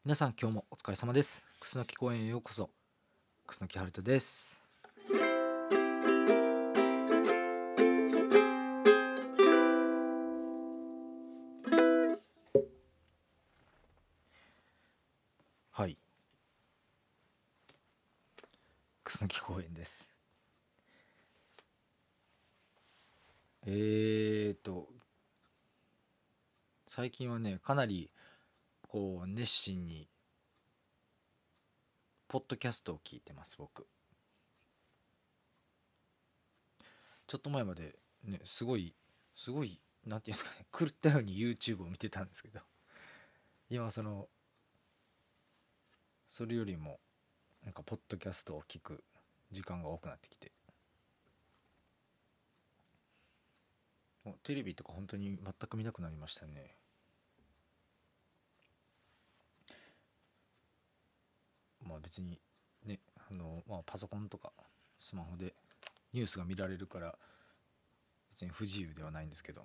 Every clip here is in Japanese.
皆さん今日もお疲れ様です。楠木公園へようこそ。楠木春人です。はい、楠木公園です。最近はねかなり熱心にポッドキャストを聞いてます。僕ちょっと前までねすごいなんていうんですかね、狂ったように YouTube を見てたんですけど、今それよりもなんかポッドキャストを聞く時間が多くなってきて、テレビとか本当に全く見なくなりましたね。まあ別にね、パソコンとかスマホでニュースが見られるから別に不自由ではないんですけど、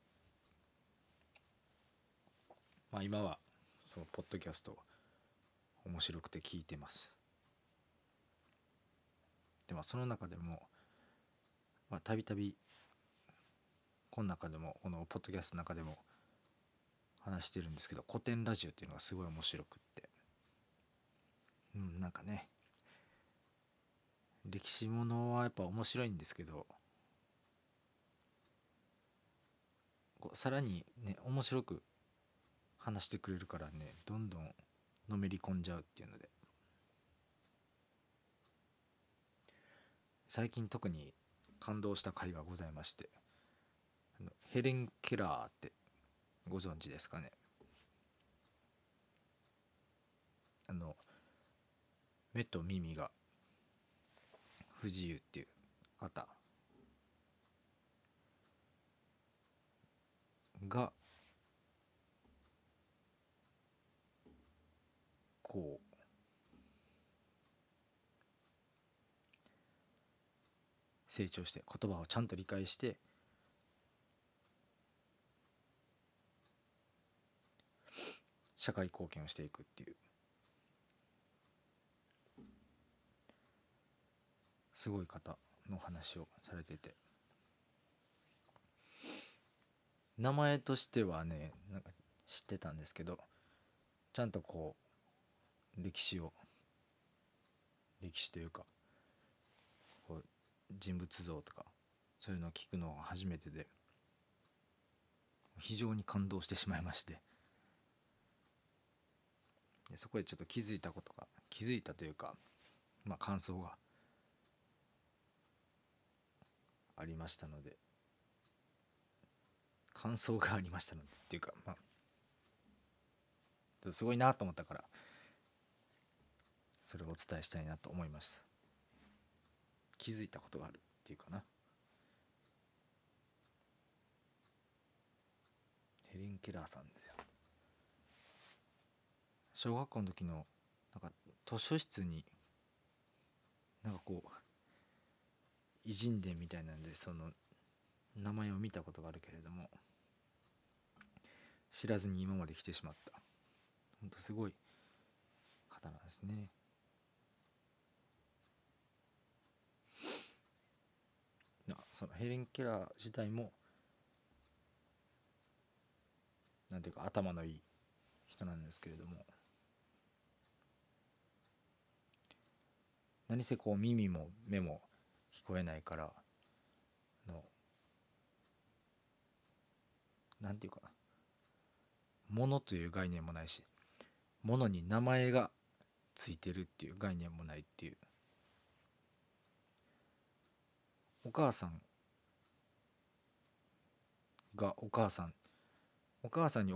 まあ今はそのポッドキャスト面白くて聞いてます。でその中でもたびたびこの中でもこのポッドキャストの中でも話してるんですけど、古典ラジオっていうのがすごい面白くって、なんかね、歴史ものはやっぱ面白いんですけど、さらにね面白く話してくれるからね、どんどんのめり込んじゃうっていうので、最近特に感動した回がございまして、ヘレン・ケラーってご存知ですかね。目と耳が不自由っていう方がこう成長して言葉をちゃんと理解して社会貢献をしていくっていう、すごい方の話をされてて、名前としてはねなんか知ってたんですけど、ちゃんと歴史というか人物像とかそういうのを聞くのが初めてで、非常に感動してしまいまして、でそこでちょっと気づいたというか、感想がありましたので、っていうか、すごいなと思ったからそれをお伝えしたいなと思います。気づいたことがあるっていうかな。ヘレン・ケラーさんですよ。小学校の時のなんか図書室になんか偉人伝みたいなんでその名前を見たことがあるけれども、知らずに今まで来てしまった。ほんとすごい方なんですね。そのヘレン・ケラー自体もなんていうか頭のいい人なんですけれども、何せ耳も目も聞こえないからのなんていうかな、物という概念もないし、物に名前がついてるっていう概念もないっていう、お母さんがお母さんに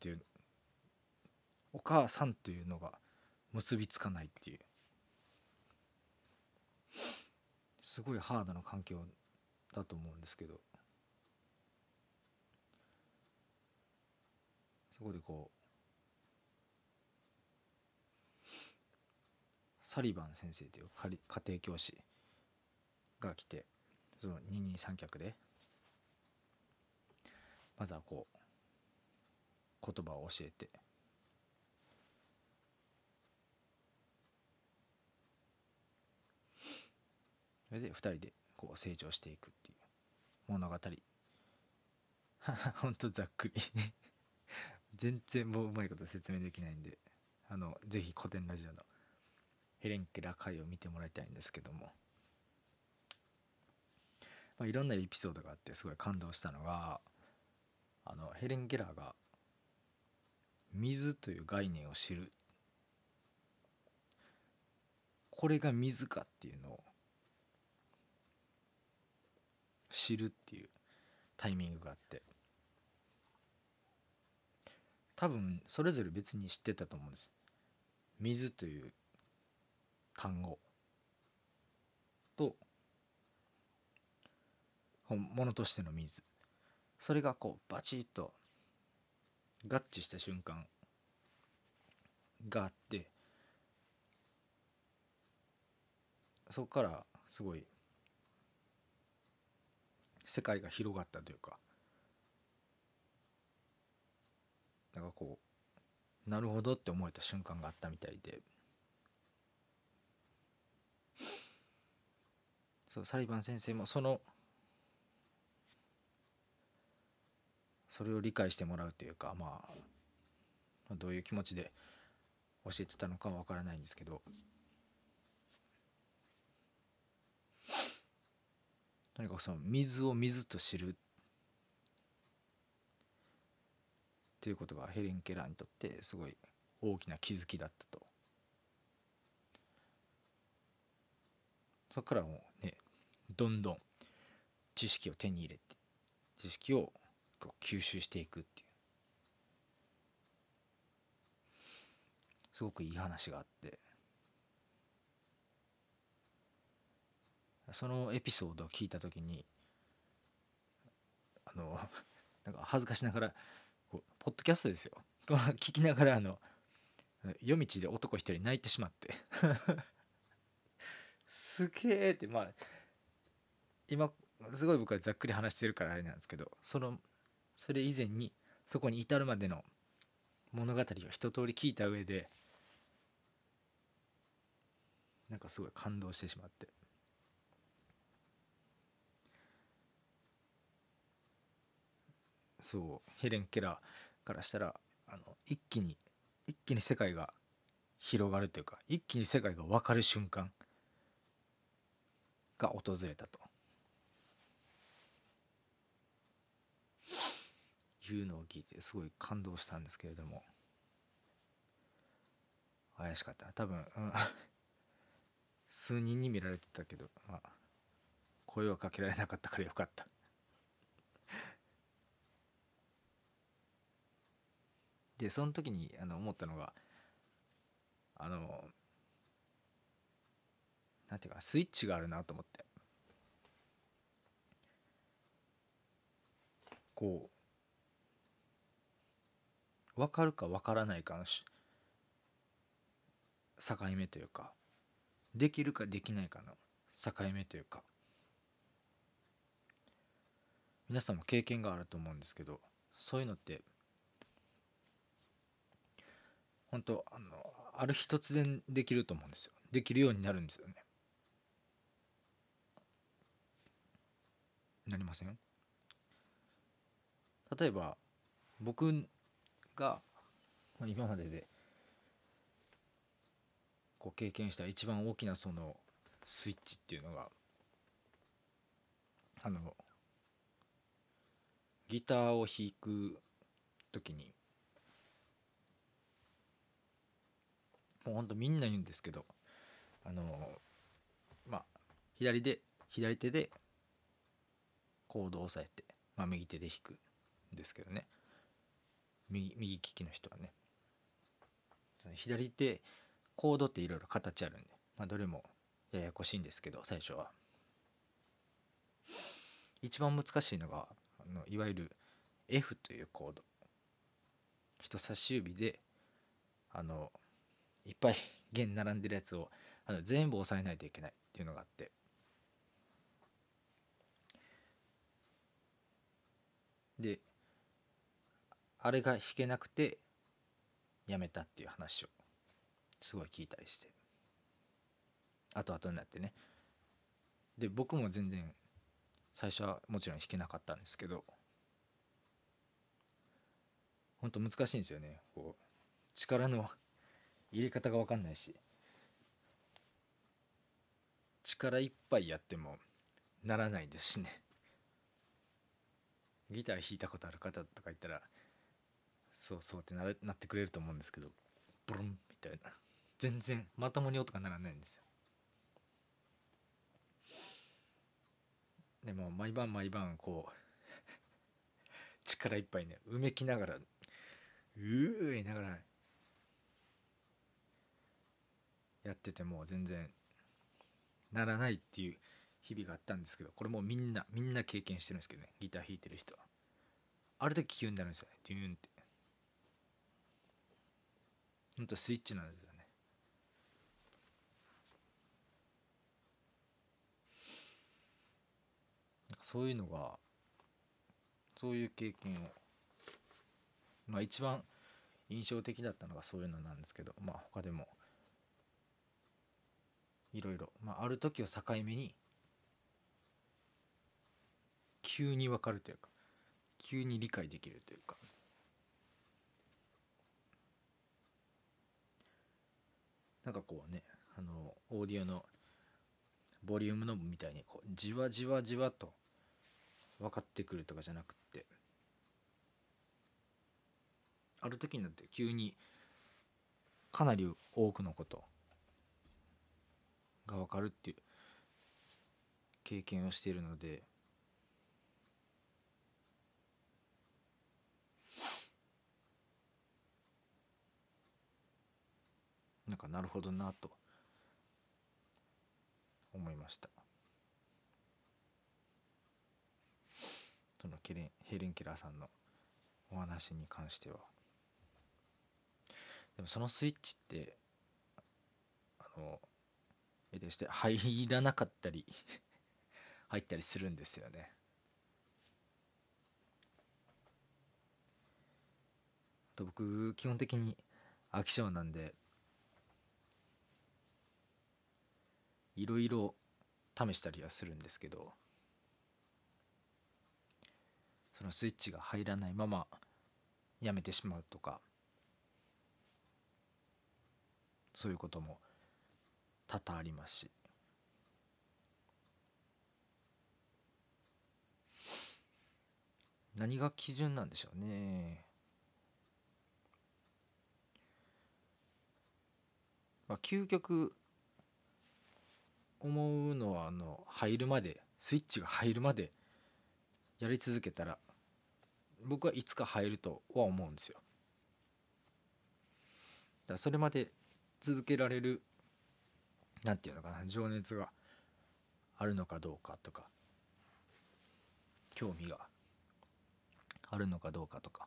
お母さんっていうのが結びつかないっていう、すごいハードな環境だと思うんですけど、そこでサリバン先生という家庭教師が来て、その二人三脚でまずは言葉を教えて、 それで2人でこう成長していくっていう物語。ほんとざっくり全然もううまいこと説明できないんで、ぜひ古典ラジオのヘレン・ケラー回を見てもらいたいんですけども、いろんなエピソードがあってすごい感動したのが、ヘレン・ケラーが水という概念を知る、これが水かっていうのを知るっていうタイミングがあって、多分それぞれ別に知ってたと思うんです。水という単語とものとしての水、それがこうバチッと合致した瞬間があって、そこからすごい世界が広がったというか、なんかこうなるほどって思えた瞬間があったみたいで、そうサリバン先生もそれを理解してもらうというか、どういう気持ちで教えてたのかは分からないんですけど、とにかくその水を水と知るっていうことがヘレン・ケラーにとってすごい大きな気づきだったと。そこからもうね、どんどん知識を手に入れて、知識をこう吸収していくっていう、すごくいい話があって、そのエピソードを聞いた時になんか恥ずかしながら、こうポッドキャストですよ聞きながら夜道で男一人泣いてしまってすげえって、今すごい僕はざっくり話してるからあれなんですけど、それ以前にそこに至るまでの物語を一通り聞いた上で、なんかすごい感動してしまって、そうヘレン・ケラーからしたら一気に世界が広がるというか、一気に世界が分かる瞬間が訪れたというのを聞いてすごい感動したんですけれども、怪しかった多分、数人に見られてたけど、声はかけられなかったからよかった。でその時に思ったのが、なんていうかスイッチがあるなと思って、こう分かるか分からないかの境目というか、できるかできないかの境目というか、皆さんも経験があると思うんですけど、そういうのって本当ある日突然できると思うんですよ。できるようになるんですよね。なりません？例えば僕が今まででこう経験した一番大きなそのスイッチっていうのが、あのギターを弾く時に、もうほんとみんな言うんですけど、あのまあ左手でコードを押さえて、右手で弾くんですけどね、右利きの人はね、その左手コードっていろいろ形あるんで、どれもややこしいんですけど、最初は一番難しいのがいわゆる F というコード、人差し指でいっぱい弦並んでるやつを全部押さえないといけないっていうのがあって、であれが弾けなくてやめたっていう話をすごい聞いたりして、後々になってね。 で僕も全然最初はもちろん弾けなかったんですけど、ほんと難しいんですよね。こう力の入れ方が分かんないし、力いっぱいやってもならないですしね。ギター弾いたことある方とか言ったらそうそうってなってくれると思うんですけど、ブルンみたいな、全然まともに音が鳴らないんですよ。でも毎晩毎晩こう力いっぱいねうめきながら言いながらやってても全然ならないっていう日々があったんですけど、これもうみんな経験してるんですけどね、ギター弾いてる人はある時急になるんですよね、デューンって。ほんとスイッチなんですよね。なんかそういうのが、そういう経験を、まあ一番印象的だったのがそういうのなんですけど、まあ他でもいろいろ、まあ、ある時を境目に急に分かるというか、急に理解できるというか、なんかこうね、オーディオのボリュームノブみたいにこうじわじわじわと分かってくるとかじゃなくって、ある時になって急にかなり多くのことが分かるっていう経験をしているので、なんかなるほどなと思いました。そのヘレン・ケラーさんのお話に関しては。でもそのスイッチってあの得てして入らなかったり入ったりするんですよね。と僕基本的に飽き性なんで、いろいろ試したりはするんですけど、そのスイッチが入らないままやめてしまうとか、そういうことも多々ありますし、何が基準なんでしょうね。まあ、究極思うのは入るまで、スイッチが入るまでやり続けたら僕はいつか入るとは思うんですよ。だからそれまで続けられる、なんていうのかな、情熱があるのかどうかとか、興味があるのかどうかとか、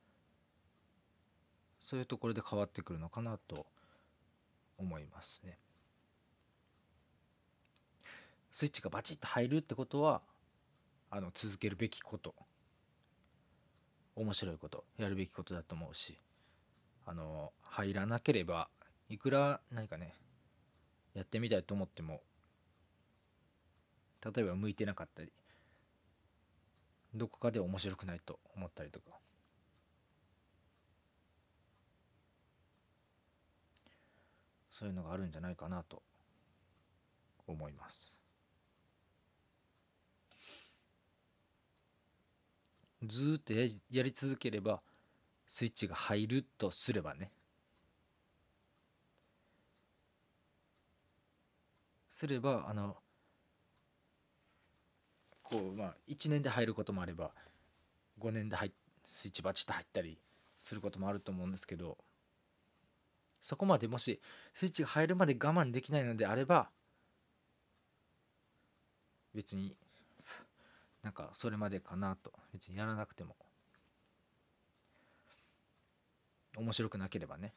そういうところで変わってくるのかなと思いますね。スイッチがバチッと入るってことは続けるべきこと、面白いこと、やるべきことだと思うし、入らなければいくら何かねやってみたいと思っても、例えば向いてなかったり、どこかで面白くないと思ったりとか、そういうのがあるんじゃないかなと思います。ずーっとやり続ければスイッチが入るとすればね、すればこうまあ1年で入ることもあれば5年でスイッチバチッと入ったりすることもあると思うんですけど、そこまでもしスイッチが入るまで我慢できないのであれば、別になんかそれまでかなと、別にやらなくても、面白くなければね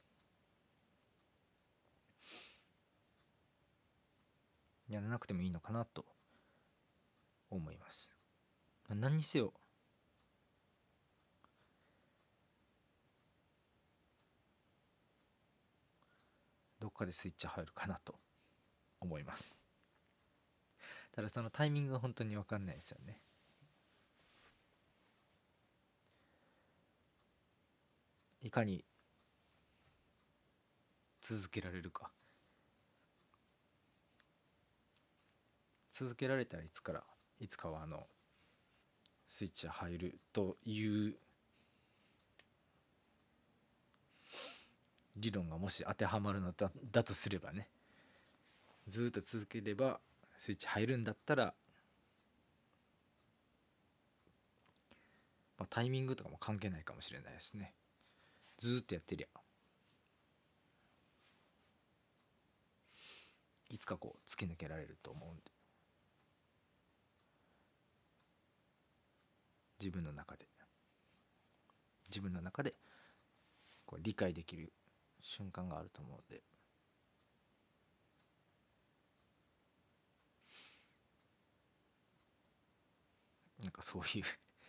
やらなくてもいいのかなと思います。何にせよどっかでスイッチ入るかなと思います。 ただそのタイミングが本当に分かんないですよね。いかに続けられるか。続けられたらいつかはスイッチが入るという理論がもし当てはまるのだとすればね、ずっと続ければスイッチ入るんだったら、タイミングとかも関係ないかもしれないですね。ずっとやってりゃいつかこう突き抜けられると思うんで、自分の中でこう理解できる瞬間があると思うので、なんかそういう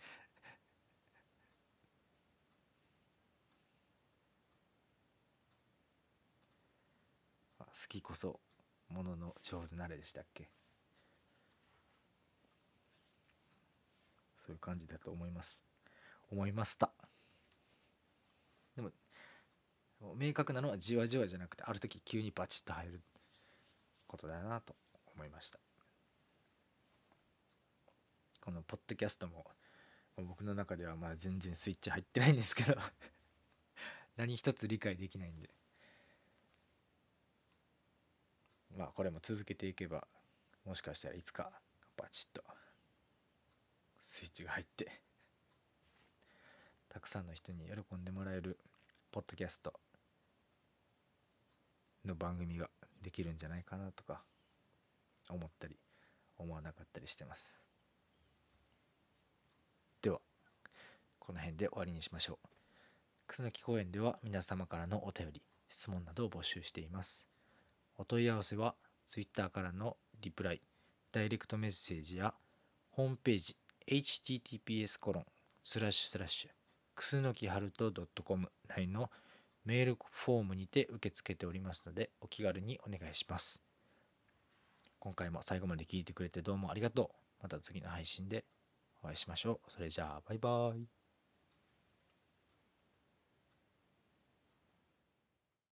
好きこそものの上手なれでしたっけ。そういう感じだと思いました。でも明確なのはじわじわじゃなくて、ある時急にバチッと入ることだなと思いました。このポッドキャストも僕の中ではまだ全然スイッチ入ってないんですけど何一つ理解できないんで、これも続けていけば、もしかしたらいつかバチッとスイッチが入ってたくさんの人に喜んでもらえるポッドキャストの番組ができるんじゃないかなとか思ったり思わなかったりしてます。ではこの辺で終わりにしましょう。楠木公園では皆様からのお便り、質問などを募集しています。お問い合わせは Twitter からのリプライ、ダイレクトメッセージやホームページ https:// くすのきはると .com 内のメールフォームにて受け付けておりますので、お気軽にお願いします。今回も最後まで聞いてくれてどうもありがとう。また次の配信でお会いしましょう。それじゃあバイバイ。